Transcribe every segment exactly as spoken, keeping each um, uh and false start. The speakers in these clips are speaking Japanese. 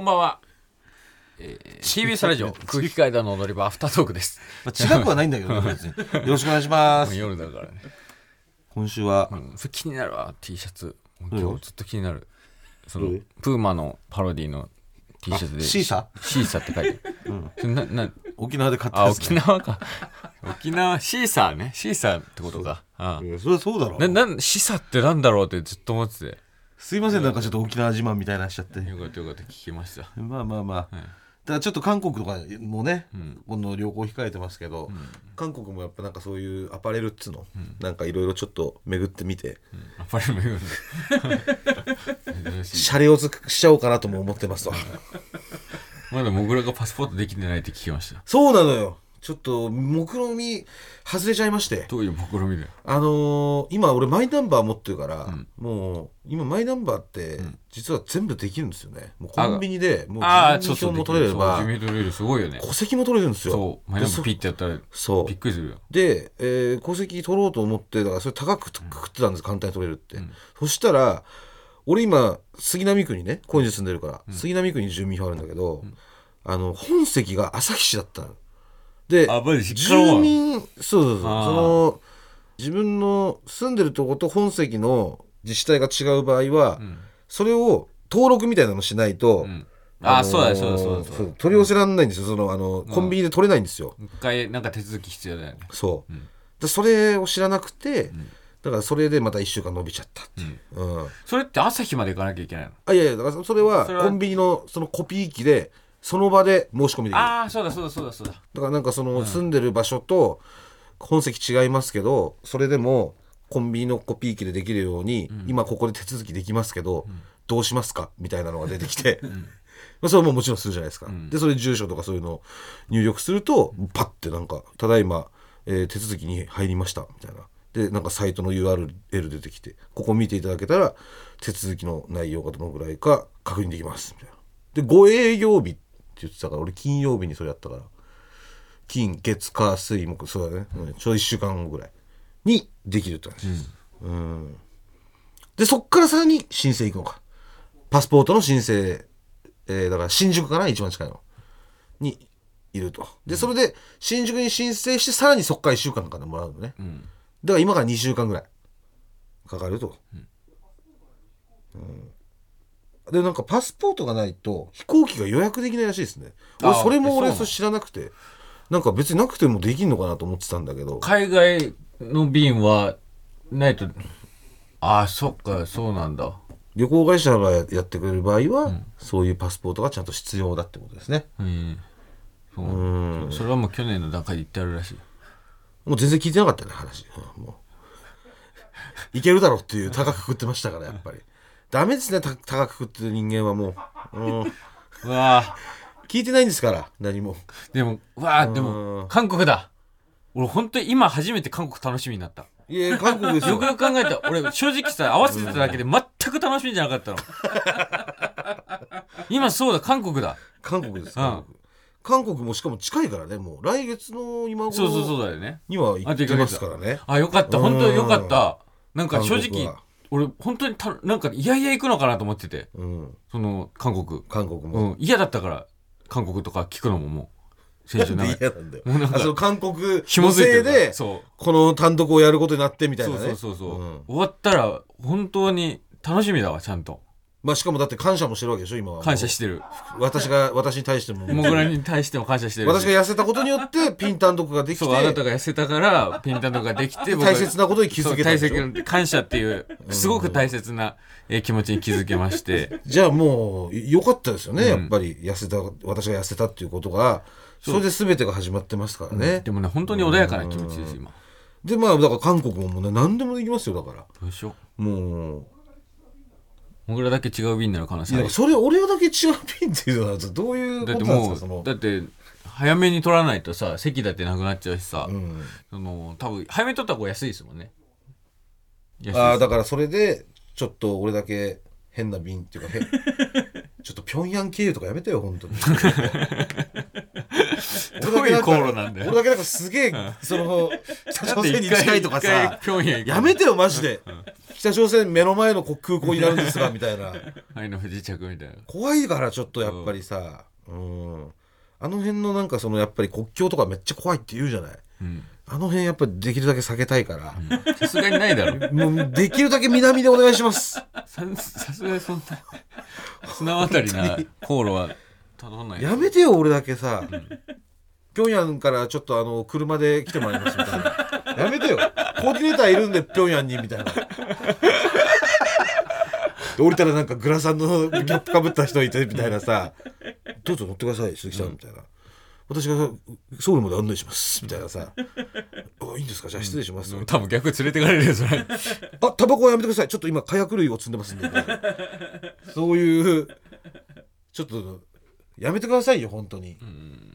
んばんは、えー、ティービーエス ラジオ空気階段の踊り場アフタートークです。 まあ、違くはないんだけど、ね、別によろしくお願いします。 夜だからね。 今週は、 うん、それ気になるわ T シャツ。今日ずっと気になる。そのプーマのパロディの T シャツでシーサシーサって書いてある、うん、なな沖縄で買ったやつ、 ね、あ沖縄か沖縄シーサーね、シーサーってことか。ああ、 それはそうだろう。 ななシーサーってなんだろうってずっと思ってて、 すいません、なんかちょっと沖縄自慢みたいなしちゃって。 よかったよかった、聞きました。 まあまあまあ、はい、だからちょっと韓国とかもね、うん、この旅行控えてますけど、うん、韓国もやっぱなんかそういうアパレルっつうの、うん、なんかいろいろちょっと巡ってみて、 うん、アパレル巡るシャレオツしちゃおうかなとも思ってますわ。 まだモグラがパスポートできてないって聞きました。 そうなのよ、ちょっと目論み外れちゃいまして。 どういう目論みだよ。 あのー、今俺マイナンバー持ってるから、うん、もう今マイナンバーって実は全部できるんですよね。もうコンビニでもう住民票も取れれば、 住民票取れる、すごいよね。 戸籍も取れるんですよ。 そうマイナンバーピッてやったらそうびっくりするよ。 で、えー、戸籍取ろうと思って、だからそれ高くくくってたんです、簡単に取れるって、うん、そしたら俺今杉並区にね、高円寺住んでるから、うん、杉並区に住民票あるんだけど、うん、あの本籍が旭市だったので、住民そうそうそう、その自分の住んでるとこと本籍の自治体が違う場合は、うん、それを登録みたいなのしないと、うん、 あ、あのー、そうだそうだそうだそうだ、 取り寄せられないんですよ。そのあの、うん、コンビニで取れないんですよ。 一回なんか手続き必要だよね。 そう、うん、でそれを知らなくて、うん、だからそれでまたいっしゅうかん延びちゃったっていう、うんうん、 それって朝日まで行かなきゃいけないの？ あ、いやいや、だからそれはコンビニのそのコピー機でその場で申し込みできる。 ああ、そうだそうだそうだそうだ。 だからなんかその住んでる場所と本籍違いますけど、それでもコンビニのコピー機でできるように、うん、今ここで手続きできますけど、うん、どうしますかみたいなのが出てきて、うん、まあそれももちろんするじゃないですか、うん、でそれ住所とかそういうのを入力するとパッてなんかただいま、えー、手続きに入りましたみたいなで、なんかサイトの ユーアール 出てきて、ここ見ていただけたら手続きの内容がどのぐらいか確認できますみたいな。でご営業日って言ってたから、俺金曜日にそれやったから、金月火水木、そうだね、うん、ちょうどいっしゅうかんごぐらいにできるって話です、うんうん、でそっからさらに申請行くのか、パスポートの申請、えー、だから新宿かな、一番近いのにいると。でそれで新宿に申請してさらにそっからいっしゅうかんかでもらうのね、うん、だから今からにしゅうかんぐらいかかると、うんうんでなんかパスポートがないと飛行機が予約できないらしいですね。俺それも俺それ知らなくて、なんか別になくてもできるのかなと思ってたんだけど、 海外の便はないと。ああ、そっか、そうなんだ。 旅行会社がやってくれる場合は、うん、そういうパスポートがちゃんと必要だってことですね。うん、 そう、うん、それはもう去年の段階で言ってあるらしい。 もう全然聞いてなかったね話、うん、もういけるだろうっていう高くくってましたからやっぱりダメですね、た高く食ってる人間はもう、うん、うわ聞いてないんですから何も。 でもうわでも韓国だ。俺本当に今初めて韓国楽しみになった。 いや韓国ですよ。 よくよく考えた。俺正直さ合わせてただけで全く楽しみじゃなかったの。今そうだ、韓国だ。 韓国です、韓国、うん、韓国もしかも近いからね、もう来月の今頃そうそうそうだよねには行ってますからね。 あ、よかった、本当によかった。なんか正直俺本当にたなんかいやいや行くのかなと思ってて、うん、その韓国韓国も、 うん、嫌だったから韓国とか聞くのももう先週なんで嫌なんだよ。もうなんかその韓国のせいでこの単独をやることになってみたいなね。 そうそうそうそう、うん、終わったら本当に楽しみだわ、ちゃんと。 まあしかもだって感謝もしてるわけでしょ今は。 感謝してる。 私が私に対してもモグラに対しても感謝してる。 私が痩せたことによってピン単独ができて、 そうあなたが痩せたからピン単独ができて大切なことに気づけたでしょ。 大切感謝っていうすごく大切な気持ちに気づけまして、 じゃあもう良かったですよね、うん、やっぱり痩せた私が痩せたっていうことがそれで全てが始まってますからね、 うん、でもね本当に穏やかな気持ちです今。 でまあだから韓国もね何でもできますよ。だからどうしよう、もうモグラだけ違う便になる可能性ある。 いやそれ俺だけ違う便っていうのはどういうことなんですか。そのだって早めに取らないとさ席だってなくなっちゃうしさ、うん、その多分早めに取った方が安いですもんね。 ああだからそれでちょっと俺だけ変な便っていうかへちょっと平壌経由とかやめてよ本当に。 どういう航路なんだよ。 俺だけなんかすげえその北朝鮮に近いとかさやめてよマジで。 北朝鮮目の前の空港になるんですがみたいな愛の不時着みたいな怖いからちょっとやっぱりさ、うん、あの辺のなんかそのやっぱり国境とかめっちゃ怖いって言うじゃない、うん、あの辺やっぱりできるだけ避けたいからさすがにないだろもうできるだけ南でお願いしますさすがにそんな綱渡りな航路はたどんないやめてよ俺だけさ、うん、ピョンヤンからちょっとあの車で来てもらいますみたいなやめてよコーディネーターいるんでピョンヤンにみたいな降りたらなんかグラサンのキャップかぶった人いてみたいなさどうぞ乗ってください鈴木さんみたいな、うん、私がソウルまで案内しますみたいなさあいいんですかじゃあ失礼します、 うん、多分逆に連れてかれるよそれあタバコはやめてくださいちょっと今火薬類を積んでますんで、ね、そういうちょっとやめてくださいよ本当に、うん、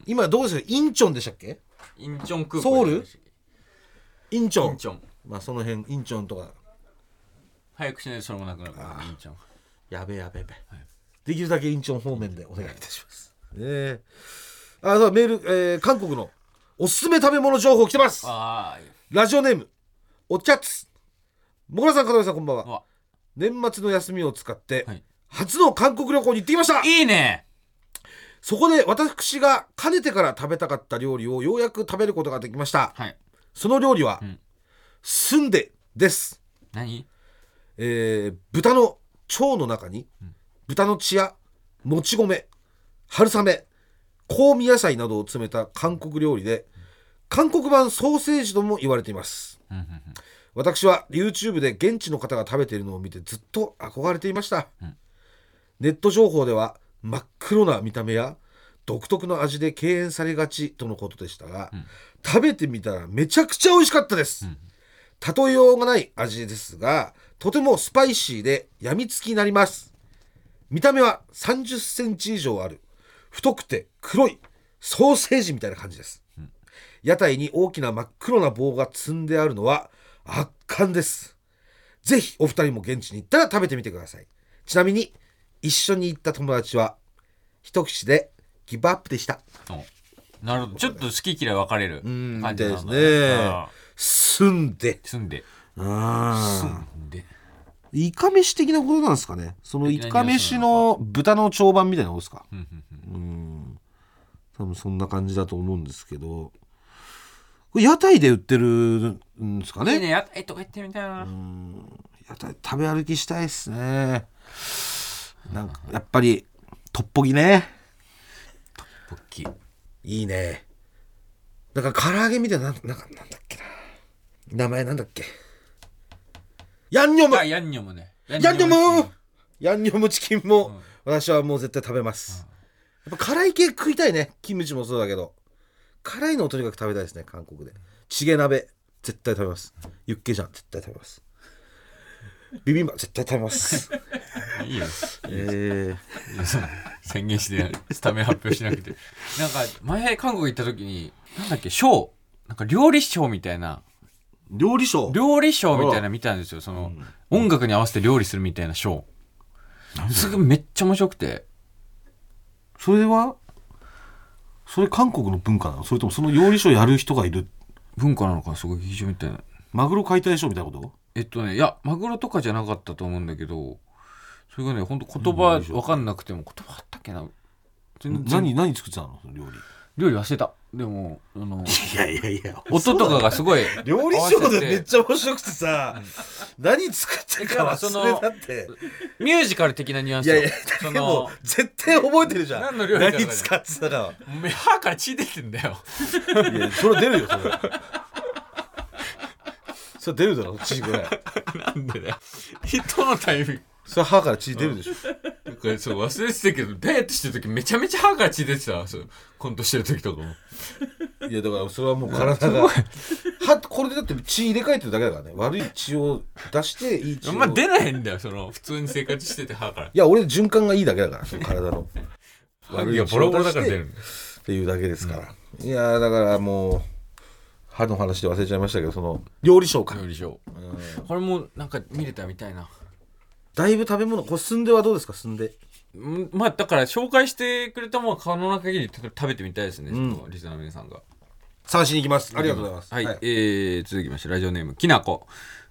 今どうですかインチョンでしたっけインチョン空港ソウルインチョンインチョンまあその辺インチョンとか早くしないとそれもなくなるからインチョンやべやべやべ、はい、できるだけインチョン方面でお願いいたします、ねえあそうメール、えー、韓国のおすすめ食べ物情報来てます。あラジオネームおちゃつもぐらさんかためさんこんばんは。年末の休みを使って、はい、初の韓国旅行に行ってきました。 いいね。 そこで私がかねてから食べたかった料理をようやく食べることができました、はい、その料理は、うん、スンデです。 何、 えー、豚の腸の中に、うん、豚の血やもち米春雨香味野菜などを詰めた韓国料理で、韓国版ソーセージとも言われています、うんうんうん、私は YouTube で現地の方が食べているのを見てずっと憧れていました、うん、ネット情報では真っ黒な見た目や独特の味で敬遠されがちとのことでしたが、うん、食べてみたらめちゃくちゃ美味しかったです、うん、例えようがない味ですがとてもスパイシーでやみつきになります。見た目はさんじゅっセンチ以上ある太くて黒いソーセージみたいな感じです、うん、屋台に大きな真っ黒な棒が積んであるのは圧巻です。ぜひお二人も現地に行ったら食べてみてください。ちなみに一緒に行った友達は一口でギブアップでした。 なるほどちょっと好き嫌い分かれる感じですね。住んで住んであ住んでイカ飯的なことなんですかね。そのイカ飯の豚の腸版みたいなことですか。うん多分そんな感じだと思うんですけどこれ屋台で売ってるんですかね。 いいね屋台とか行ってみたいな。 うん屋台食べ歩きしたいですね。なんかやっぱりトッポギね。 トッポギいいね。だから唐揚げみたいななんかなんだっけな名前なんだっけヤンニョム。 あヤンニョムね。 ヤンニョムヤンニョムチキンも、うん、私はもう絶対食べます、うん、やっぱ辛い系食いたいね。キムチもそうだけど辛いのをとにかく食べたいですね。韓国でチゲ鍋絶対食べます。ユッケジャン絶対食べます。ビビンバ絶対食べますいいよ、 えー、宣言してスタメン発表しなくてなんか前韓国行った時になんだっけショーなんか料理ショーみたいな料理ショー料理ショーみたいなの見たんですよ。その、うん、音楽に合わせて料理するみたいなショーすごいめっちゃ面白くて。 それはそれ韓国の文化なのそれともその料理ショーやる人がいる文化なのかな。すごい劇場みたいなマグロ解体ショーみたいなこと。 えっとねいやマグロとかじゃなかったと思うんだけどそれがねほんと言葉分かんなくても言葉あったっけな。 何何作ってたのその料理料理忘れた。でもあのいやいやいや音とかがすごい料理ショーでめっちゃ面白くてさ、うん、何作ってるか忘れたってミュージカル的なニュアンス。 いやいやそのも絶対覚えてるじゃん。 何の料理か何使ってたか歯から血出てんだよいやそれ出るよそれそれ出るだろ血ぐらいなんでだよ人のタイミングそれ歯から血出るでしょ、 うん、そう忘れてたけどダイエットしてる時めちゃめちゃ歯から血出てた。そうコントしてる時とかもいやだからそれはもう体が歯これでだって血入れ替えてるだけだからね。悪い血を出していい血をまあ出ないんだよその普通に生活してて歯から。 いや俺循環がいいだけだからその体の悪い血を出してボロボロだから出るっていうだけですから、うん、いやだからもう歯の話で忘れちゃいましたけどその料理ショーか料理ショー、うん、これもなんか見れたみたいな。 だいぶ食べ物これすんではどうですか。すんでまあだから紹介してくれたものは可能な限り食べてみたいですね、うん、そのリスナーの皆さんが探しに行きます。ありがとうございます。 はい、はい、えー、続きましてラジオネームきなこ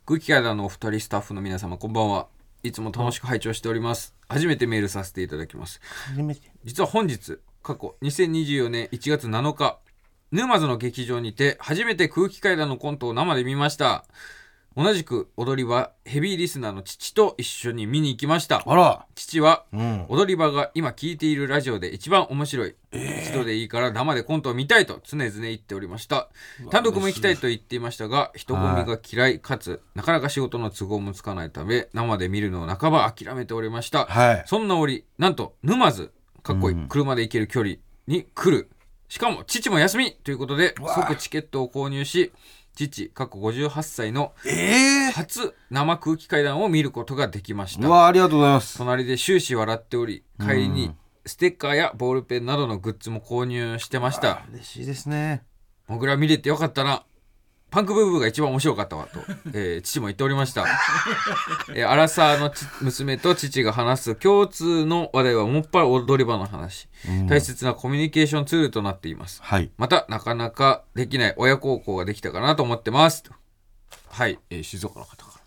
空気階段のお二人、スタッフの皆様、こんばんは。いつも楽しく拝聴しております。初めてメールさせていただきます。 初めて。 実は本日、過去にせんにじゅうよねんいちがつなのか、沼津の劇場にて初めて空気階段のコントを生で見ました。同じく踊り場ヘビーリスナーの父と一緒に見に行きました。 あら、 父は、 うん、 踊り場が今聴いているラジオで一番面白い、えー、一度でいいから生でコントを見たいと常々言っておりました。単独も行きたいと言っていましたが、人混みが嫌いかつなかなか仕事の都合もつかないため、生で見るのを半ば諦めておりました、はい、そんな折なんと沼津かっこいい、うん、車で行ける距離に来る、しかも父も休みということで即チケットを購入し、父過去ごじゅうはっさいの初生空気階段を見ることができました。 うわ、ありがとうございます。 隣で終始笑っており、帰りにステッカーやボールペンなどのグッズも購入してました。 嬉しいですね。 僕ら見れてよかったな、パンクブーブーが一番面白かったわと、えー、父も言っておりました。えー、アラサーの娘と父が話す共通の話題はもっぱら踊り場の話、うん、大切なコミュニケーションツールとなっています、はい、またなかなかできない親孝行ができたかなと思ってますと。はい、えー、静岡の方から。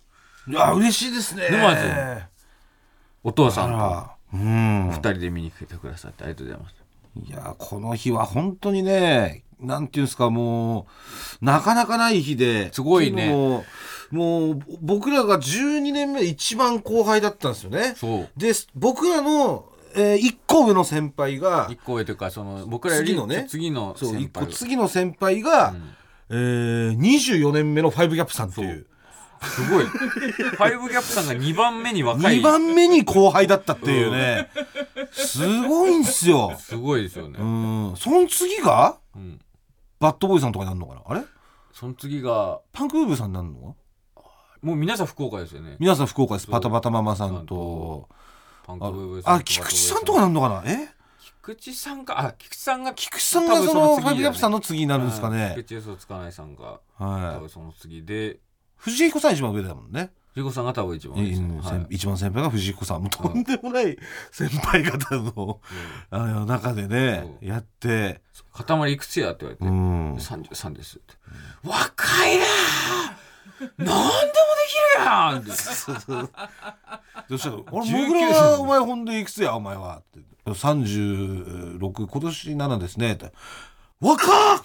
いや嬉しいですね。 沼津お父さんとふたりで見に来てくださってありがとうございます。 いやこの日は本当にね、なんていうんですか、もうなかなかない日で、 すごいね。 もう、もう僕らがじゅうにねんめで一番後輩だったんですよね。そうで僕らの、えー、いっこ上の先輩がいっこ上というか、その僕らより次のね、次の先輩、そういっこ次の先輩が、うんえー、にじゅうよねんめのファイブギャップさんっていう、 すごいファイブギャップさんがにばんめに若い、 にばんめに後輩だったっていうね、すごいんすよ。 すごいですよね。 うん、その次が、うん、バッドボーイさんとかになるのかな。あれその次がパンクブーブーさんになるの？ もう皆さん福岡ですよね。 皆さん福岡です。パタパタママさんとパンクブーブーさん、 あ、菊池さんとかなるのかな。え菊池さんか、あ、菊池さんが菊池さんがそのファイブギャップさんの次になるんですかね。 菊池嘘つかないさんが、 はい、 多分その次で藤彦さん一番上だもんね。 藤彦さんが多分一番上です、ね、 はい、一番先輩が藤彦さん、もうとんでもない先輩方の、うん、あの中でね、うん、やって塊いくつやって言われて、うん、さんじゅうさんですって、うん、若いな何でもできるやんってどうしたの？俺もぐらはお前ほんでいくつやお前はってさんじゅうろく、今年ななですねって。若っ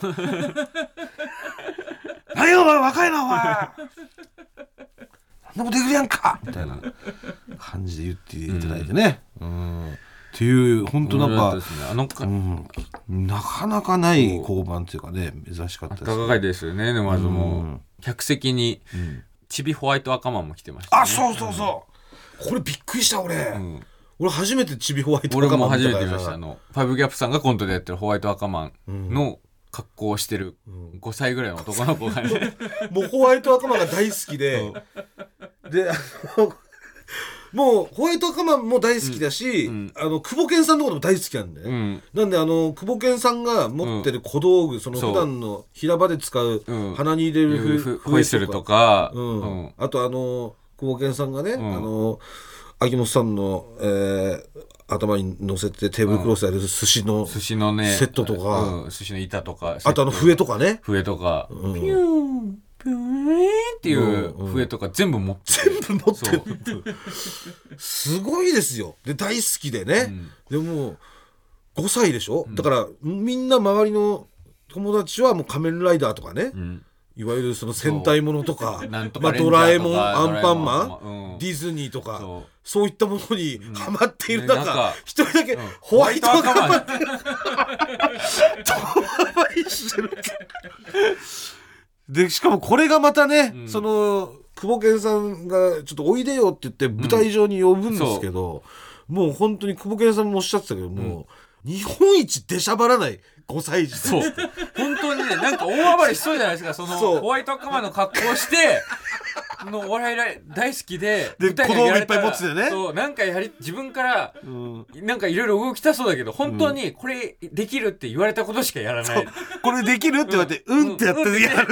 何やお前若いなお前何でもできるやんかみたいな感じで言っていただいてね、うんうん、っていう本当なんか、ね、あのか、うん、なかなかない交番っていうかね、珍しかったです、ね、 暖かいですよね。沼津も、うん、客席に、うん、チビホワイト赤マンも来てました、ね、 あ、そうそうそう、うん、これびっくりした俺、うん、俺初めてチビホワイト赤マン俺も初めて見ました。あのファイブギャップさんがコントでやってるホワイト赤マンの格好をしてるごさいぐらいの男の子がね、 うん、もうホワイト赤マンが大好きでで、あのもうホワイト赤マンも大好きだし、うん、あの久保健さんのことも大好きなんで、うん、なんであの久保健さんが持ってる小道具、うん、その普段の平場で使う、うん、鼻に入れるフホイッスルとか、 うんうん、あとあの久保健さんがね、うん、あの秋元さんの、えー、頭に乗せてテーブルクロスやる寿司の、うん、 寿司のねセットとか、 うん、寿司の板とか、 あとあの笛とかね、 笛とか、うん、ピューンピューンっていう笛とか全部持ってる、うんうん、全部持ってるすごいですよ。で大好きでね、うん、でもごさいでしょ、うん、だからみんな周りの友達はもう仮面ライダーとかね、うん、いわゆるその戦隊ものとか、まあ、ドラえもん、アンパンマン、うん、ディズニーとか そう、そういったものにハマっている中、一、うん、人だけ、うん、ホワイト赤マンってでしかもこれがまたね、うん、その久保健さんがちょっとおいでよって言って舞台上に呼ぶんですけど、うん、もう本当に久保健さんもおっしゃってたけど、もう日本一出しゃばらないごさい児そう本当にね、なんか大暴れしそうじゃないですか。そのホワイト赤マンの格好をしてのお笑い大好きで、 で子供いっぱい持っててね、 そうなんかやはり自分から、うん、なんかいろいろ動きたそうだけど、本当にこれできるって言われたことしかやらない、うん、 これできるって言われて、うん、うんってやってやるって、うん、めちゃ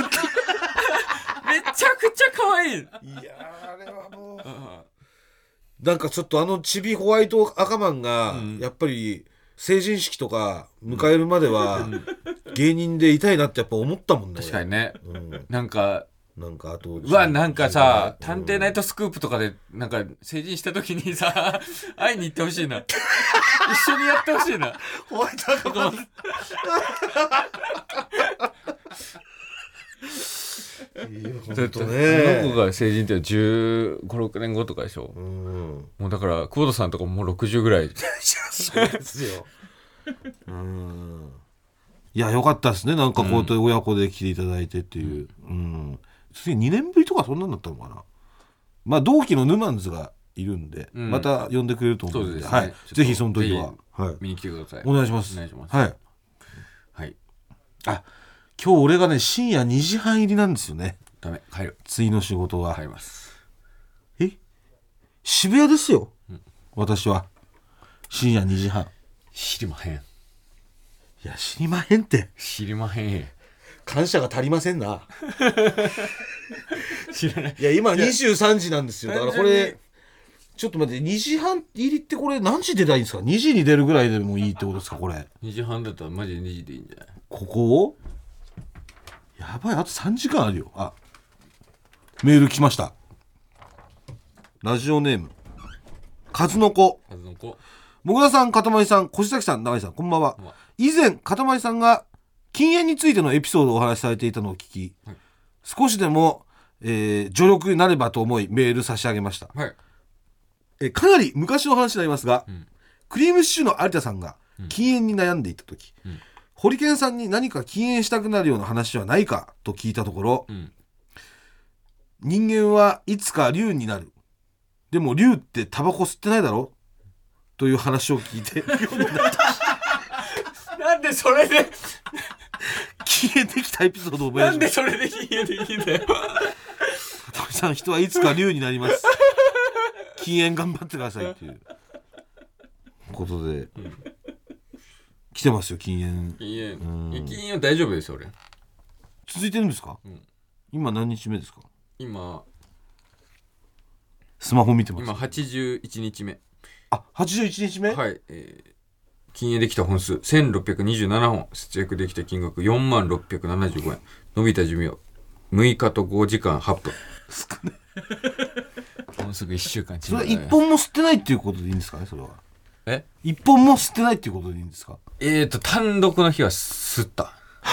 くちゃ可愛い。いやあれはもう、うん、なんかちょっとあのチビホワイト赤マンが、うん、やっぱり成人式とか迎えるまでは芸人でいたいなってやっぱ思ったもんね。 確かにね、うん、なんかなんかあとうわなんかさ、探偵ナイトスクープとかでなんか成人した時にさ会いに行ってほしいな一緒にやってほしいなホワイトアクアマンだってね、この子が成人ってじゅうご、ろくねんごとかでしょ。 うん、 もうだから久保田さんとかもうろくじゅうぐらいそうですようん、いやよかったですね、なんかこうやって親子で来ていただいてっていう、うん、次にねんぶりとかそんなんだったのかな。まあ同期のヌマンズがいるんで、うん、また呼んでくれると思うの で, で、ね、はい、ぜひその時は、はい、 見に来てください。 お願いします。 お願いします。 はい、はい、あ、今日俺がね深夜にじはん入りなんですよね。 ダメ、帰る。 次の仕事は帰ります。 え渋谷ですよ、うん、私は深夜にじはん。 知りまへん。いや知りまへんって知りまへん。 感謝が足りませんな知らない。 いや今にじゅうさんじなんですよ。だからこれちょっと待って、にじはん入りってこれ何時出たらいいんですか。にじに出るぐらいでもいいってことですかこれ。 にじはんだったらマジでにじでいいんじゃない。 ここをやばい、あとさんじかんあるよ。あ、メール来ました。ラジオネームカズノコ。 カズノコ。 もぐらさん、かたまりさん、越崎さん、永井さん、こんばんは。以前かたまりさんが禁煙についてのエピソードをお話しされていたのを聞き、はい、少しでも、えー、助力になればと思いメール差し上げました。 はい、 えかなり昔の話になりますが、うん、クリームシチューの有田さんが禁煙に悩んでいた時、うん、ホリケンさんに何か禁煙したくなるような話はないかと聞いたところ、うん、人間はいつか竜になる、でも竜ってタバコ吸ってないだろという話を聞いてなんでそれで禁煙できたエピソードを覚えました。 なんでそれで禁煙できんだよトミさん、人はいつか竜になります禁煙頑張ってくださいっていうことで、うん、来てますよ禁煙。 禁煙、うん、禁煙は大丈夫ですよ俺。 続いてるんですか、うん、今何日目ですか。 今スマホ見てます。 今はちじゅういちにちめ。 あ、はちじゅういちにちめ。 はい、えー、禁煙できた本数せんろっぴゃくにじゅうななほん、節約できた金額よんまんろっぴゃくななじゅうごえん、伸びた寿命むいかとごじかんはっぷん。 少ねもうすぐいっしゅうかん。 それはいっぽんも吸ってないっていうことでいいんですかね。それはえいっぽんも吸ってないっていうことでいいんですか。 えーと単独の日は吸った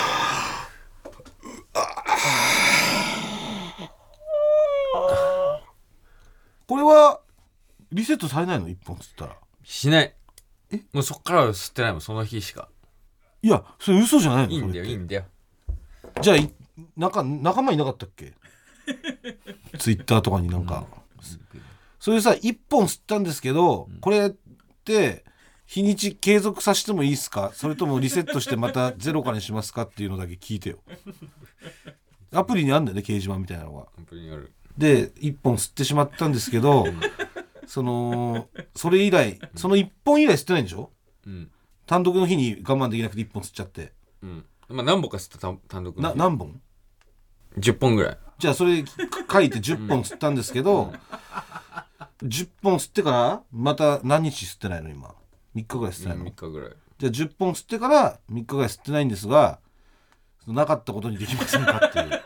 これはリセットされないの。いっぽん吸ったらしない。えもうそっからは吸ってないもん、その日しか。 いやそれ嘘じゃないの。 いいんだよいいんだよ。 じゃあ仲仲間いなかったっけツイッターとかになんか、うん、それさいっぽん吸ったんですけど、うん、これって日にち継続させてもいいですか、それともリセットしてまたゼロかにしますかっていうのだけ聞いてよアプリにあるんだよね、掲示板みたいなのが。 アプリにある。 でいっぽん吸ってしまったんですけどそのそれ以来そのいっぽん以来吸ってないんでしょ、うん、単独の日に我慢できなくていっぽん吸っちゃって、 うん、まあ、何本か吸った単独の日。 な何本じゅっぽんぐらい。 じゃあそれ書いてじゅっぽん吸ったんですけど、うん、じゅっぽん吸ってからまた何日吸ってないの。今みっかぐらい吸ってないの。 みっかぐらい。 じゃあじゅっぽん吸ってからみっかぐらい吸ってないんですが、なかったことにできませんかっていう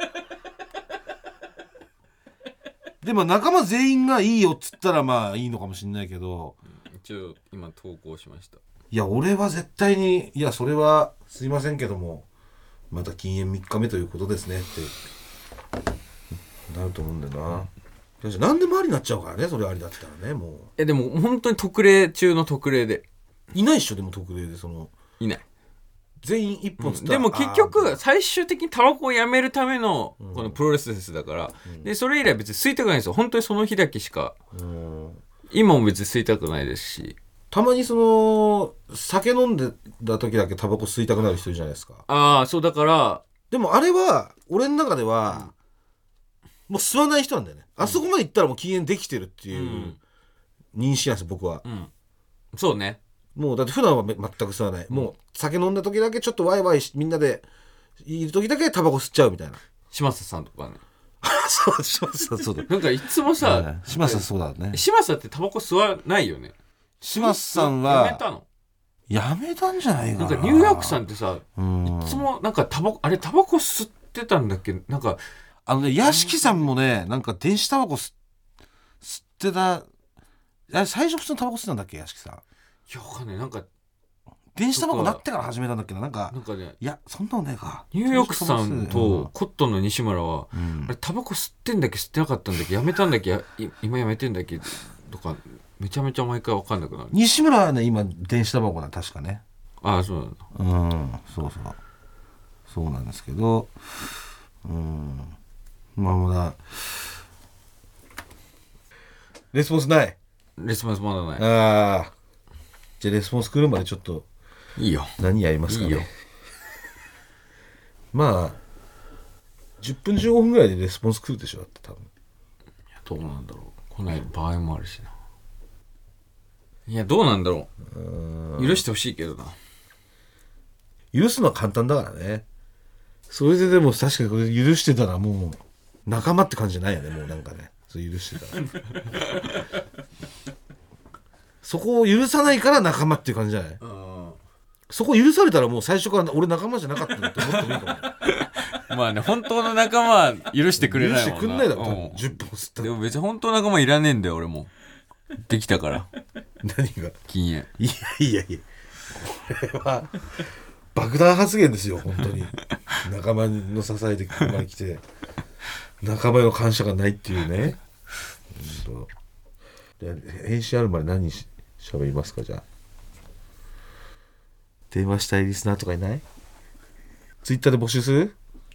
でも仲間全員がいいよっつったらまあいいのかもしれないけど、 一応今投稿しました。 いや俺は絶対にいやそれはすいませんけどもまた禁煙みっかめということですねってなると思うんだよな、うん、何でもありになっちゃうからね、それありだったらね。もうえでも本当に特例中の特例でいないっしょ。でも特例でそのいない全員一本吸った、うん、 でも結局最終的にタバコをやめるためのこのプロレスですだから、うん、でそれ以来別に吸いたくないんですよ。本当にその日だけしか、うん、今も別に吸いたくないですし、 たまにその酒飲んでた時だけタバコ吸いたくなる人いるじゃないですか。 ああそうだから。でもあれは俺の中では、うん、もう吸わない人なんだよね、うん、あそこまで行ったらもう禁煙できてるっていう認識なんですよ僕は、うん、 そうね。 もうだって普段は全く吸わない、うん、もう酒飲んだ時だけちょっとワイワイみんなでいる時だけタバコ吸っちゃうみたいな。 嶋佐さんとかねそう嶋佐さんそうだなんかいつもさ嶋佐そうだね。 嶋佐ってタバコ吸わないよね。 嶋佐さんはやめたの。 やめたんじゃないかな。 なんかニューヨークさんってさいつもなんかタバコあれタバコ吸ってたんだっけ。なんかあのね屋敷さんもねなんか電子タバコ吸吸ってたあ最初普通のタバコ吸ってたんだっけ屋敷さん。いやわかんないなんか電子タバコなってから始めたんだっけどなんかなんかねいやそんなのねえか。 ニューヨークさんとコットンの西村は、 うん、 あれタバコ吸ってんだっけ吸ってなかったんだっけやめたんだっけや今やめてんだっけとかめちゃめちゃ毎回分かんなくなる。 西村はね今電子タバコだ確かね。 ああそうなんだ。 うんそうそうそうなんですけどうんまあまだレスポンスない。 レスポンスまだない。 ああじゃあレスポンス来るまでちょっといいよ何やりますかね。 いいよまあじゅっぷんじゅうごふんぐらいでレスポンス来るでしょだって多分。 いやどうなんだろう来ない場合もあるしな。いやどうなんだろう許してほしいけどな。 許すのは簡単だからね。それででも確かにこれ許してたらもう仲間って感じじゃないよねもうなんかねそれ許してたらそこを許さないから仲間っていう感じじゃない。そこ許されたらもう最初から俺仲間じゃなかったんだって思ってもいいかもまあね本当の仲間は許してくれないもんな。 許してくんないだろ多分じゅっぽん吸ったら。 でも別に本当の仲間いらねえんだよ俺もできたから何が禁煙。 いやいやいやこれは爆弾発言ですよ本当に仲間の支えでここまで来て仲間への感謝がないっていうね。本当で編集あるまで何しゃべりますか。じゃあ電話したいリスナーとかいない？ツイッターで募集する？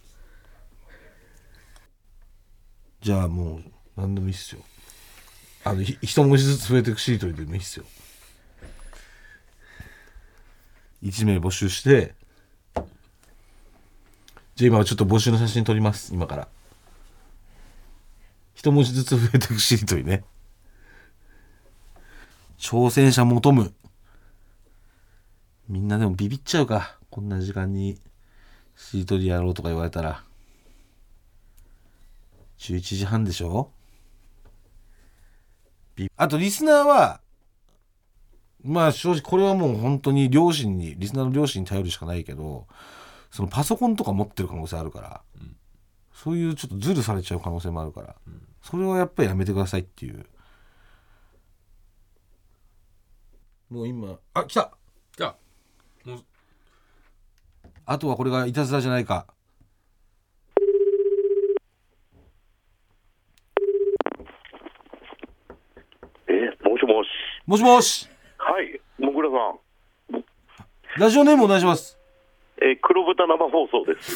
じゃあもう何でもいいっすよ。あの一文字ずつ増えていくしりとりでもいいっすよ。いち名募集してじゃあ今ちょっと募集の写真撮ります今から。一文字ずつ増えていくしりとりね。挑戦者求む。みんなでもビビっちゃうかこんな時間にしりとりやろうとか言われたら。じゅういちじはんでしょ。あとリスナーはまあ正直これはもう本当に両親にリスナーの両親に頼るしかないけどそのパソコンとか持ってる可能性あるから、うん、そういうちょっとズルされちゃう可能性もあるから、うん、それはやっぱりやめてくださいっていう。もう今あ来た来たもうあとはこれがいたずらじゃないか。 えもしもしもしもしはいもぐらさんラジオネームお願いします。 え黒豚生放送です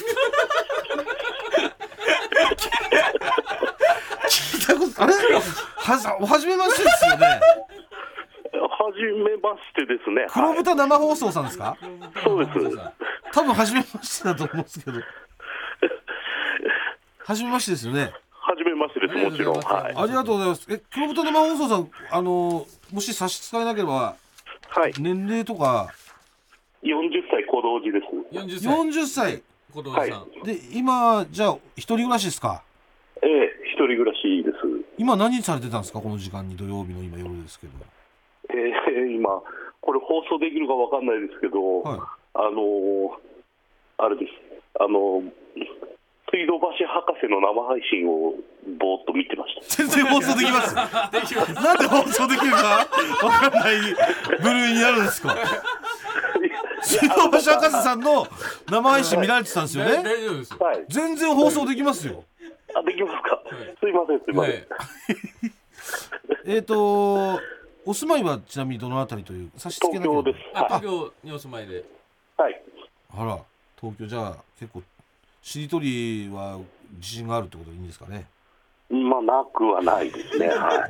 聞いたことあれはおはじめましてですよね。 はじめましてですね。 黒豚生放送さんですか？ そうです。 多分はじめましてだと思うんですけどはじめましてですよね。 はじめましてです。もちろん、はい、 ありがとうございます。え黒豚生放送さんあのもし差し支えなければ、 はい、 年齢とかよんじゅっさい小同時です。 よんじゅっさいよんじゅっさい小同時さん、 はい、で今じゃあ一人暮らしですか？ ええ一人暮らしです。 今何されてたんですかこの時間に。土曜日の今夜ですけど。 えー、今これ放送できるかわかんないですけど、はい、あのー、あれですあのー、水道橋博士の生配信をぼーっと見てました。 全然放送できますできます。なんで放送できるかわかんない部類になるんですか？水道橋博士さんの生配信見られてたんですよね。 大丈夫です、 はい、 全然放送できますよ。 あできますか、はい、すいませんすいません、はい、 えっとお住まいはちなみにどのあたりという差し支えなければ。 東京です。 あ東京にお住まいで。 はい。 あら東京じゃあ結構しりとりは自信があるってことでいいんですかね？ まあなくはないですね。はい。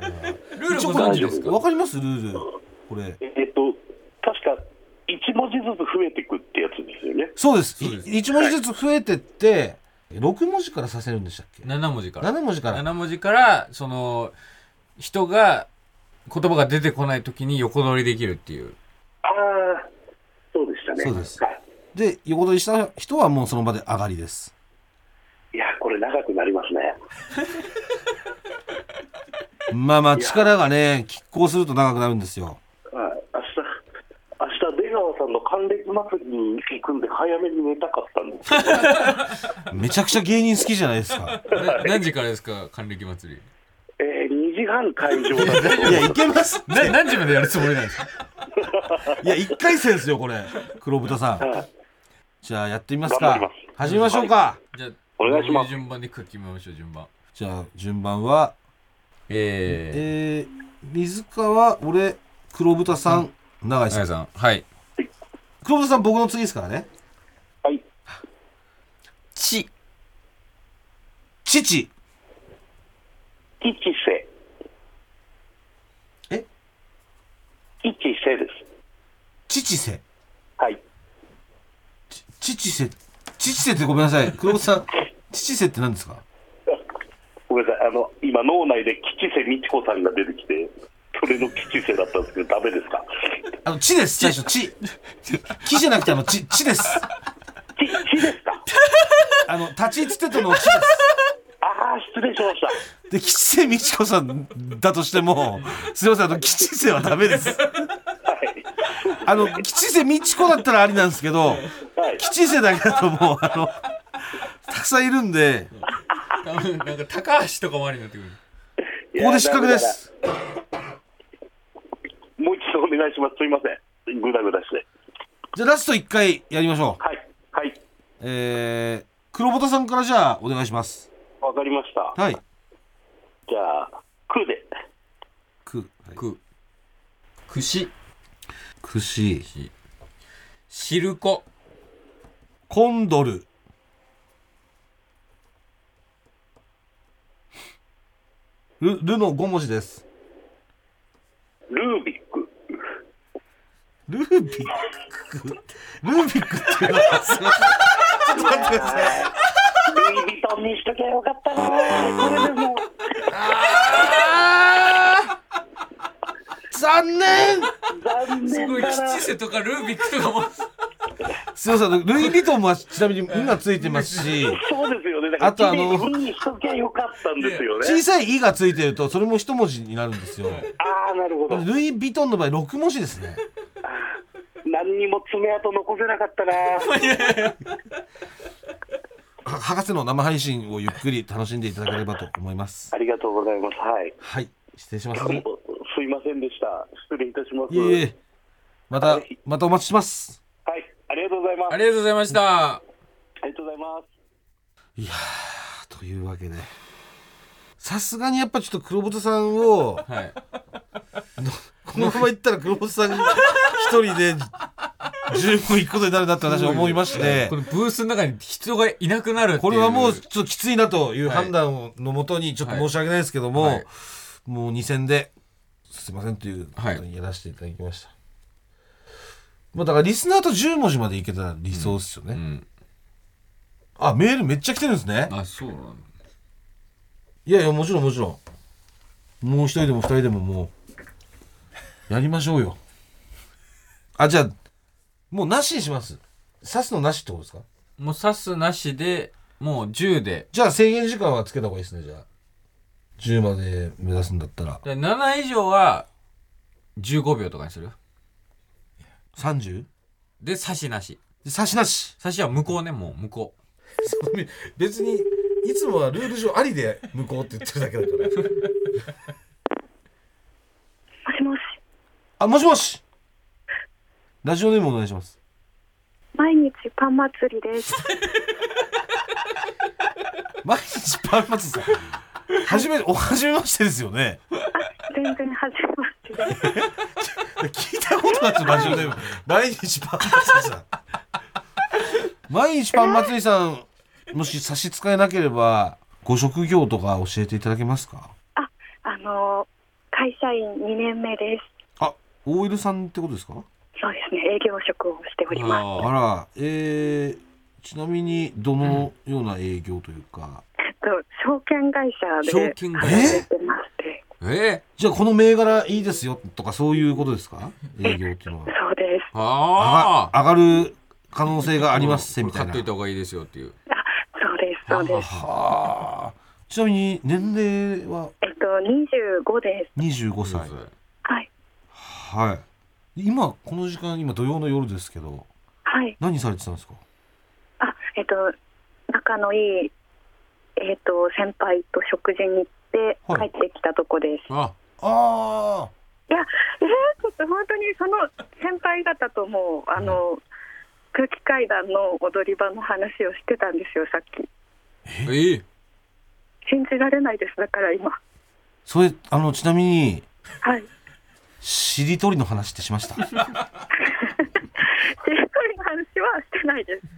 ルールご存知ですか？ わかりますルールこれ。 えっと確かいち文字ずつ増えていくってやつですよね。 そうです。いち文字ずつ増えてって、はい、ろく文字からさせるんでしたっけ？ なな文字から。 なな文字から。 なな文字からその人が言葉が出てこないときに横取りできるっていう。 ああ、そうでしたね。 そうです。はい、で横取りした人はもうその場で上がりです。 いやこれ長くなりますね。 まあまあ力がね拮抗すると長くなるんですよ。 はい。明日明日出川さんの還暦祭りに行くんで早めに寝たかったんですめちゃくちゃ芸人好きじゃないですか。 な何時からですか、還暦祭り。 えー、にじはん会場だといやいけますな何時までやるつもりなんですか。 いやいっかい戦ですよこれ黒豚さん、はい、じゃあやってみますか。始めましょうか、はい、 じゃあお願いします。 どういう順番で決めましょう。順番じゃあ順番はえー、 えー、水川、俺、黒豚さん、永井さん。 さん、はい。 黒豚さん、僕の次ですからね。 はい。 ち。 父。 父せ。 え？ 父せです。 父せ。 はい。 父せ。父せってごめんなさい。黒豚さん、父せって何ですか？ ごめんなさい、あの今脳内で吉瀬美智子さんが出てきて、それの吉瀬だったんですけどダメですか？ あの、ちです、最初、ち。木じゃなくて、あの、ち、ちです。 ち、ちですか？ あの、立ちつてとのちです。 ああ、失礼しました。 で、吉瀬美智子さんだとしても、すいません、あの、吉瀬はダメです。はい。あの、吉瀬美智子だったらありなんですけど、はい、吉瀬だけだともう、あの、たくさんいるんで、 なんか高橋とかもありになってくる。 ここで失格です。 もう一度お願いします。すいません、グダグダして。 じゃあラストいっかいやりましょう。はいはい。 えー、黒豚さんからじゃあお願いします。 わかりました。 はい。 じゃあくで。 く、 はい、く。くし。 くし。 しるこ。 コンドル。ル、ルのご文字です。 ルービック。 ルービックルービックっていうのはすごい。ちょっと待ってください。 ルイ・ヴィトンにしときゃよかったな。これでもあー残念残念すごい、吉瀬とかルービックとかもすいません、ルイ・ヴィトンもちなみに「ん」がついてますし、 そうですよね。だからあとあの 「ん」にしときゃよかったんですよね。 小さい「い」がついてるとそれも一文字になるんですよ。 ああ、なるほど。 ルイ・ヴィトンの場合ろく文字ですね。 何にも爪痕残せなかったな。 博士の生配信をゆっくり楽しんでいただければと思います。 ありがとうございます。はい。 はい、失礼します。 すいませんでした。失礼いたします。 いえいえ、また、はい、またお待ちします。 はい、ありがとうございます。 ありがとうございました。 ありがとうございます。 いやー、というわけでさすがにやっぱちょっと黒豚さんを、はい、このままいったら黒豚さん一人でじゅうごいくことになるなって私は思いまして、 このブースの中に人がいなくなるっていう、 これはもうちょっときついなという判断のもとにちょっと申し訳ないですけども、はいはい、もうに戦ですいませんということにやらせていただきました、はい。まあ、だからリスナーとじゅう文字までいけたら理想ですよね、うんうん、あ、メールめっちゃ来てるんですね。 あ、そうなんだ。 いやいや、もちろんもちろん、もう一人でも二人でももうやりましょうよ。あ、じゃあもうなしにします。刺すのなしってことですか？ もう刺すなしでもうじゅうで。 じゃあ制限時間はつけた方がいいですね。じゃあじゅうまで目指すんだったらなな以上はじゅうごびょうとかにする。 さんじゅうで刺しなし。 刺しなし。 刺しは無効ね。もう無効。 別にいつもはルール上ありで無効って言ってるだけだからもしもし。 あ、もしもし。ラジオネームお願いします。 毎日パン祭りです毎日パン祭りさん、はじめおはじめましてですよね。 全然はじめましてです聞いたことないラジオネーム毎日パン祭りさん毎日パン祭りさん、もし差し支えなければご職業とか教えていただけますか？ あ、あの会社員にねんめです。 あ、オーエル さんってことですか？ そうですね、営業職をしております。 あら、えー、ちなみにどのような営業というか、 うん、えっと証券会社で働いてまして、 えーえー、じゃあこの銘柄いいですよとかそういうことですか？営業っていうのは。 そうです。 ああ、上がる可能性がありますみたいな。 買っといた方がいいですよっていう。 あ、そうですそうです。 はあ。ちなみに年齢はえっとにじゅうごです。 にじゅうごさい。 はい。 はい。今この時間、今土曜の夜ですけど、 はい。 何されてたんですか？ あ、えっと仲のいいえっと先輩と食事に行って帰ってきたとこです。 ああいや、えー、ちょっと本当にその先輩方ともあの、うん、空気階段の踊り場の話をしてたんですよ、さっき。 えー、 信じられないです。だから今それあのちなみに、 はい、 しりとりの話ってしました？しりとりの話はしてないです。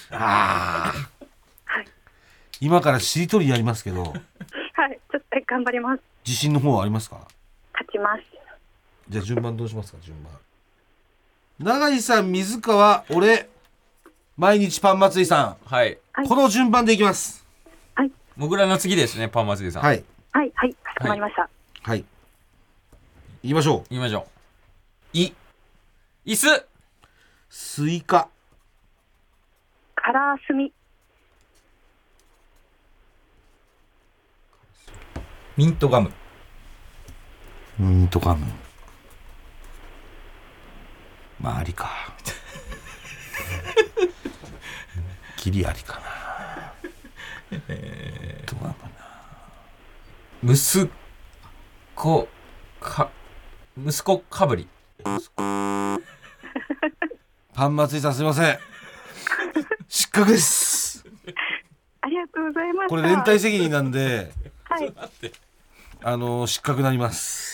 ああ、 はい、 今からしりとりやりますけど、はい、 ちょっと頑張ります。 自信の方はありますか？ 勝ちます。 じゃあ順番どうしますか？順番、永井さん、水川、俺、毎日パン祭りさん、 はい、 この順番でいきます。 はい、 もぐらの次ですね、パン祭りさん。 はいはいはい、かしこまりました。 はい、言いましょう。 言いましょう。 い、 椅子、 スイカ、 カラースミ、 ミントガム、 ミントガム、まあありかギリありかな。えー、ミントガムな。 息子か息子かぶり。 パン祭りさん、すいません失格です。 ありがとうございます。 これ連帯責任なんで、 はい、 あの失格になります。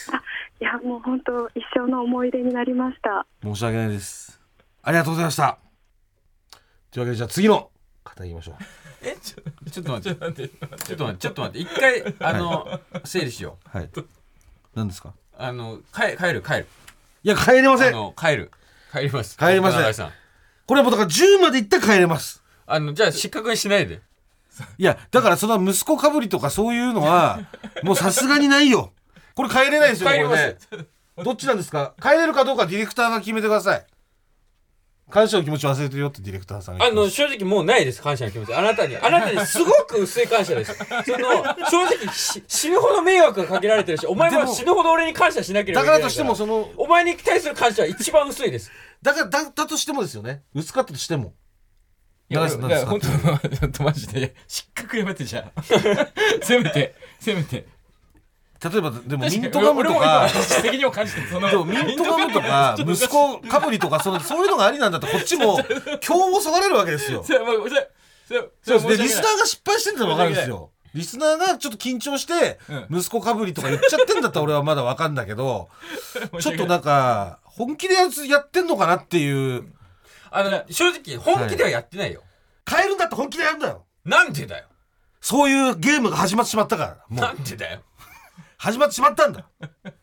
あ、いやもう本当一生の思い出になりました。 申し訳ないです。ありがとうございました。というわけで、じゃあ次の方言いましょう。 えちょ、ちょっと待ってちょっと待ってちょっと待ってちょっと待って一回あの整理しよう。はい。何ですか？ あの帰帰る帰る。 いや、帰れません。 あの帰る帰ります。 帰れません。これはもうだからじゅうまでいったら帰れます。 あのじゃあ失格にしないで。 いや、だからその息子かぶりとかそういうのはもうさすがにないよ。これ帰れないですよ。 帰ります。 これね、どっちなんですか？帰れるかどうかディレクターが決めてください。感謝の気持ち忘れてるよってディレクターさんが。 あの正直もうないです。感謝の気持ち。あなたにあなたにすごく薄い感謝です。その正直死ぬほど迷惑がかけられてるし、お前も死ぬほど俺に感謝しなければいけないから。だからとしてもそのお前に対する感謝は一番薄いです。だからだったとしてもですよね。薄かったとしても。いや、いや本当ちょっとマジで失格やめて、じゃあせめてせめて。例えばでもミントガムとか責任を感じてそのミントガムとか息子かぶりとかそのそういうのがありなんだったらこっちも今日もそがれるわけですよ。そうですね。リスナーが失敗してるの分かるんですよ。リスナーがちょっと緊張して息子かぶりとか言っちゃってんだったら俺はまだ分かんだけど、ちょっとなんか本気でやつやってんのかなっていう。あの正直本気ではやってないよ。変えるんだったら本気でやるんだよ。なんでだよ。そういうゲームが始まってしまったから。もうなんでだよ。始まってしまったんだ。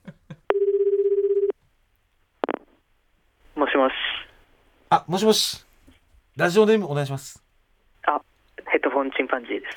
もしもし。 あ、もしもし。ラジオネームお願いします。 あ、ヘッドフォンチンパンジーです。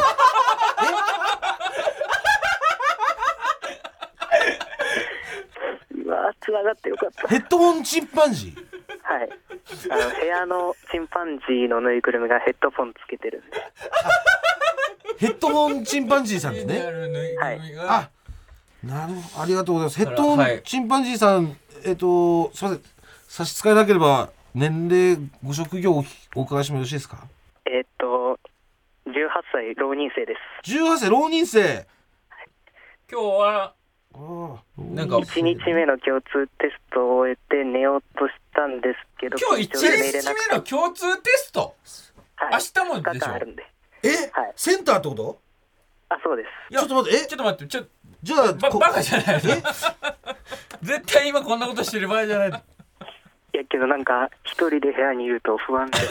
うわ、つながってよかった。 ヘッドフォンチンパンジー。 はい。あの部屋のチンパンジーのぬいぐるみがヘッドフォンつけてるんで。 ヘッドフォンチンパンジーさんですね。 はい。 あ、なるほど、ありがとうございます。ヘッドフォンチンパンジーさん、えっとすみません、差し支えなければ年齢ご職業をお伺いしてもよろしいですか？ えっとじゅうはっさい浪人生です。 じゅうはっさい浪人生。はい、 今日はなんかいちにちめの共通テストを終えて寝ようとしたんですけど、 今日いちにちめの共通テスト、はい、明日もでしょ。 あるんで。 え、はい、センターってこと？ あ、そうです。 ちょっと待って、え、 ちょっと待って、ちょじゃあバカじゃない。絶対今こんなことしてる場合じゃない。いやけどなんか一人で部屋にいると不安で。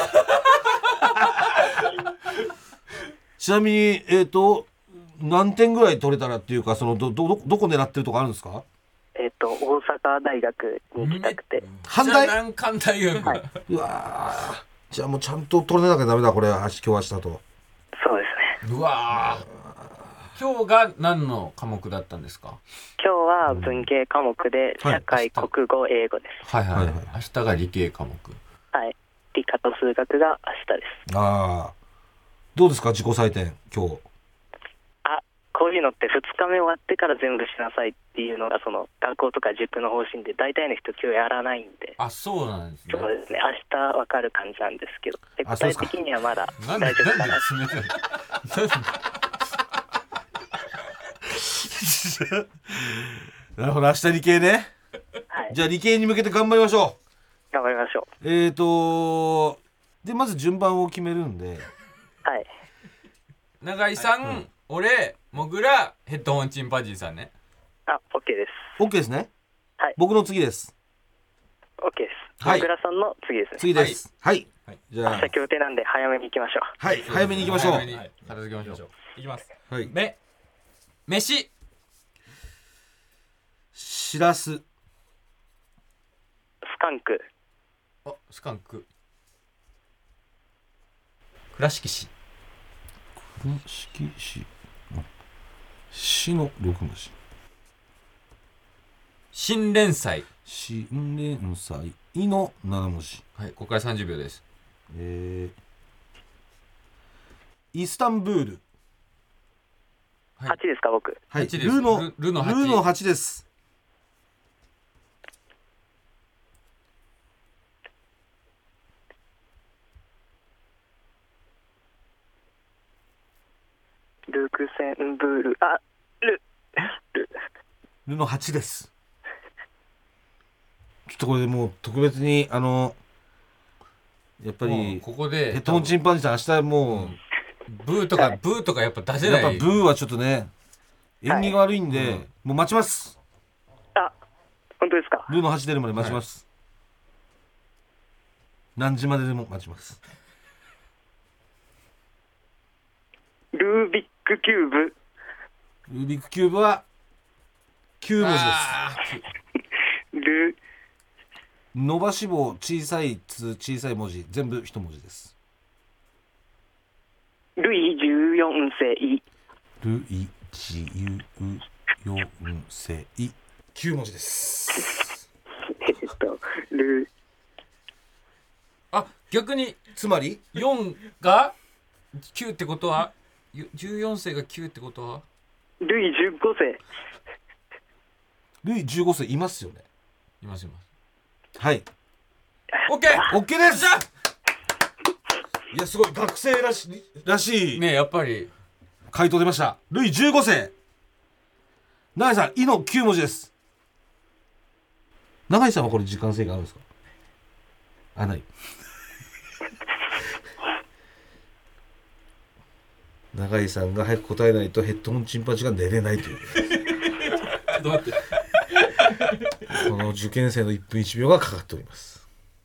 ちなみにえっと何点ぐらい取れたらっていうか、そのどどどこ狙ってるとかあるんですか？ えっと大阪大学に行きたくて。 阪大？ 難関大学。 はい、 うわー、じゃあもうちゃんと取れなきゃダメだこれ。今日明日と。 そうですね。 うわー。今日が何の科目だったんですか？ 今日は文系科目で社会、はい、国語、英語です。 はいはいはい。明日が理系科目。 はい。理科と数学が明日です。 ああ。どうですか自己採点今日？ あ、 こういうのってふつかめ終わってから全部しなさいっていうのがその学校とか塾の方針で、大体の人今日やらないんで。 あ、そうなんですね。 そうですね、明日わかる感じなんですけど、で具体的にはまだなんで大丈夫かな。 なんで冷たいなるほど、明日理系ね。 はい、 じゃあ理系に向けて頑張りましょ頑張りましょう。えーとでまず順番を決めるんで、 う。はい。 永井さん、はい、うん、俺、もぐら、ヘッドホンチンパンジーさんね。 あ、OK です。 OK ですね。 はい。 僕の次です。 OK です。 はい。 もぐらさんの次ですね。 次です。はい、はい、 じゃあ明日協定なんで早めに行きましょう。 はい、早めに行きましょう。 早めに片付けましょう。行きます。 はい。 め飯しらす。 スカンク。 あ、スカンク。倉敷市。 倉敷市。市のろく文字。 新連載。 新連載。いのなな文字。 はい、ここからさんじゅうびょうです。 えー、イスタンブール。 はい、はちですか、僕。 はい、 はちです。 ルのル、ルのはち。 ルのはちです。 ルクセンブール、あ、ル、ル。 ルのはちです。ちょっとこれでもう特別に、あの、やっぱり、 ここで、 ヘッドホンチンパンジーさん、明日もう、うん、 ブーとか、ブーとかやっぱ出せない。 やっぱブーはちょっとね、縁起が悪いんで、はい、もう待ちます。 あ、本当ですか。 ルのはち出るまで待ちます。はい、何時まででも待ちます。 ルービックキューブ。 ルービックキューブはきゅう文字です。 ル伸ばし棒、小さいつ、小さい文字、全部一文字です。 ルイじゅうよん世。 ルイじゅうよん世。きゅう文字です。 えっと、ルあ、逆に、 つまりよんがきゅうってことは、じゅうよん世がきゅうってことは、 ルイじゅうご世。 ルイじゅうご世いますよね。 いますいます。 はい。 オッケー。 オッケーです。いや、すごい学生らしらしいね、やっぱり回答出ました。ルイじゅうご世。永井さん、いのきゅう文字です。永井さんはこれ時間制限あるんですか？あ、ない。永井さんが早く答えないとヘッドホンチンパンジーが寝れないという。 ちょっと待って。 この受験生のいっぷんいちびょうがかかっております。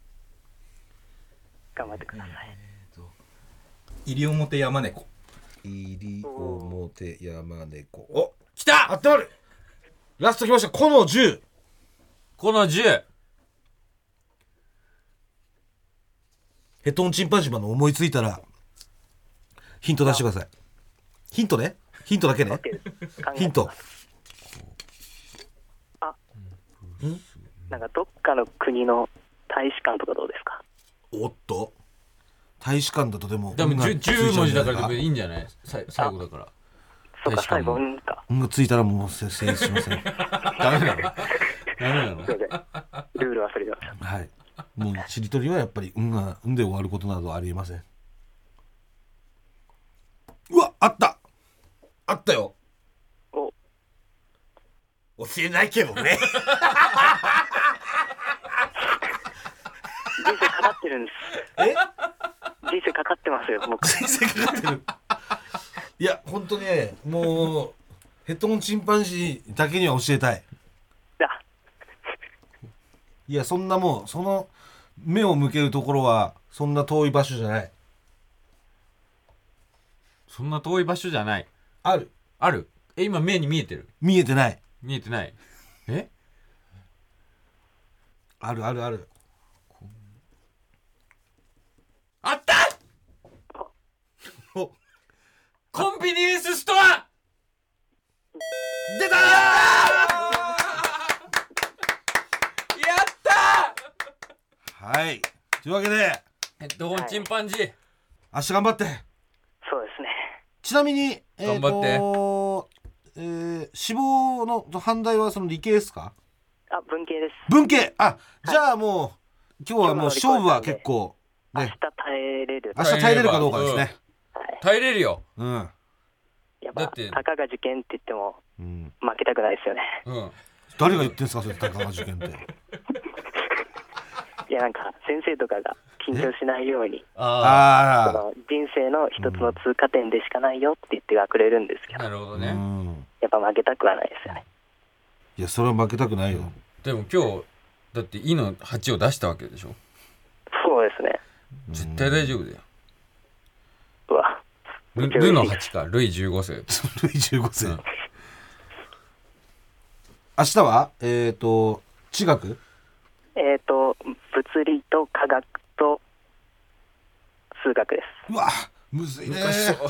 頑張ってください。 西表山猫。 西表山猫。お、 来た。 あったまる。ラスト来ました。このじゅう。 このじゅう。 ヘッドホンチンパンジーマンの思いついたらヒント出してください。ヒントね。ヒントだけね。ヒント。 あ、ん？なんかどっかの国の大使館とかどうですか？ おっと。大使館だとでも。 でもじゅう文字だからいいんじゃない？最後だから。 そうか、最後うんか。 うんがついたらもう成立しません。 ダメなの？ダメなの？ ルール忘れてました。 はい。もうしりとりはやっぱりうんがうんで終わることなどありえません。うわ、あったあったよ。 お教えないけどね。 人生かかってるんです。 え？ 人生かかってますよ、僕。 人生かかってる。いや、ほんとね、もうヘッドホンチンパンジーだけには教えたい。いや、そんなもうその目を向けるところはそんな遠い場所じゃない。 そんな遠い場所じゃない。 ある。 ある。え、今目に見えてる？ 見えてない。 見えてない。え？ あるあるある。 あった！ お、 コンビニエンスストア！ 出たー！ やったー！はい。というわけでヘッドホンチンパンジー、 明日頑張って。 そうですね。 ちなみに、えー、 頑張って。 えー、志望の阪大はその理系ですか？ あ、文系です。 文系。あ、じゃあもう今日はもう勝負は結構明日ね、 耐えれる。 明日耐えれるかどうかですね。 耐えれるよ。 うん。 やっぱだってたかが受験って言ってもうん。 負けたくないですよね。 うん。 誰が言ってんすかそれ、たかが受験って。 いや、なんか先生とかが緊張しないように、 あそあの人生の一つの通過点でしかないよって言ってはくれるんですけあ。 ど、 あ。うなるほどね。 ん。 やっぱ負けたくはないですよね。 いや、それは負けたくないよ。 でも今日だって「い」のはちを出したわけでしょ。 そうですね。 絶対大丈夫だよ。 うわ。 ルルのはちか、ルイじゅうご世。 ルイじゅうご世。 うん明日はえっと地学？ えっと、物理と科学と数学です。 うわ、むずいね。 難しそう。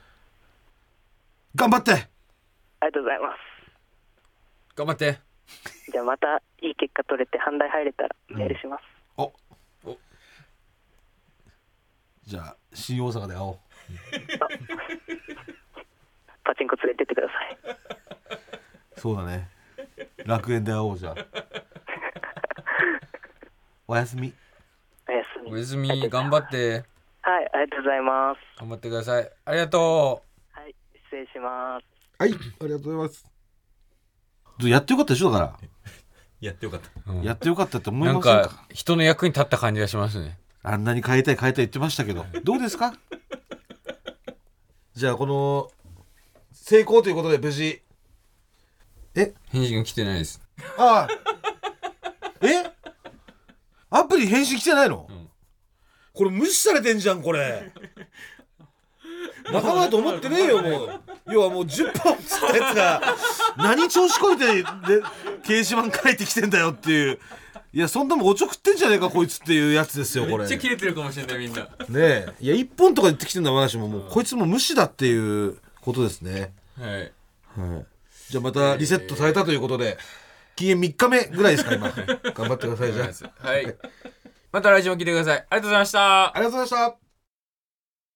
頑張って。 ありがとうございます。 頑張って。 じゃあまたいい結果取れて阪大入れたらメールします。 お。お。じゃあ新大阪で会おう。 パチンコ連れてってください。 そうだね。楽園で会おうじゃあ。おやすみ。 おやすみ。 おやすみ、頑張って。 はい、ありがとうございます。 頑張ってください。ありがとはい、失礼します。 はい、ありがとうございます。やってよかったでしょだから。 やってよかった。 う。うんやってよかったって思いなんませんか？ か人の役に立った感じがしますね。 あんなに変えたい変えたい言ってましたけど、どうですか？じゃあこの成功ということで無事。え？ 返信が来てないです。 ああ。え？アプリ返信来てないの？ うんこれ無視されてんじゃんこれ。仲間だと思ってねえよもう。要はもうじゅっぽんつったやつが何調子こいてで掲示板書いてきてんだよっていう。いやそんなもんおちょくってんじゃねえかこいつっていうやつですよこれ。 めっちゃ切れてるかもしれないみんな。 ねえ、いやいっぽんとか言ってきてんだ話ももうこいつも無視だっていうことですね。 はい。 はい。じゃあまたリセットされたということで、期限みっかめぐらいですか今。頑張ってくださいじゃあ。 はい。また来週も来てください。ありがとうございました。 ありがとうございました。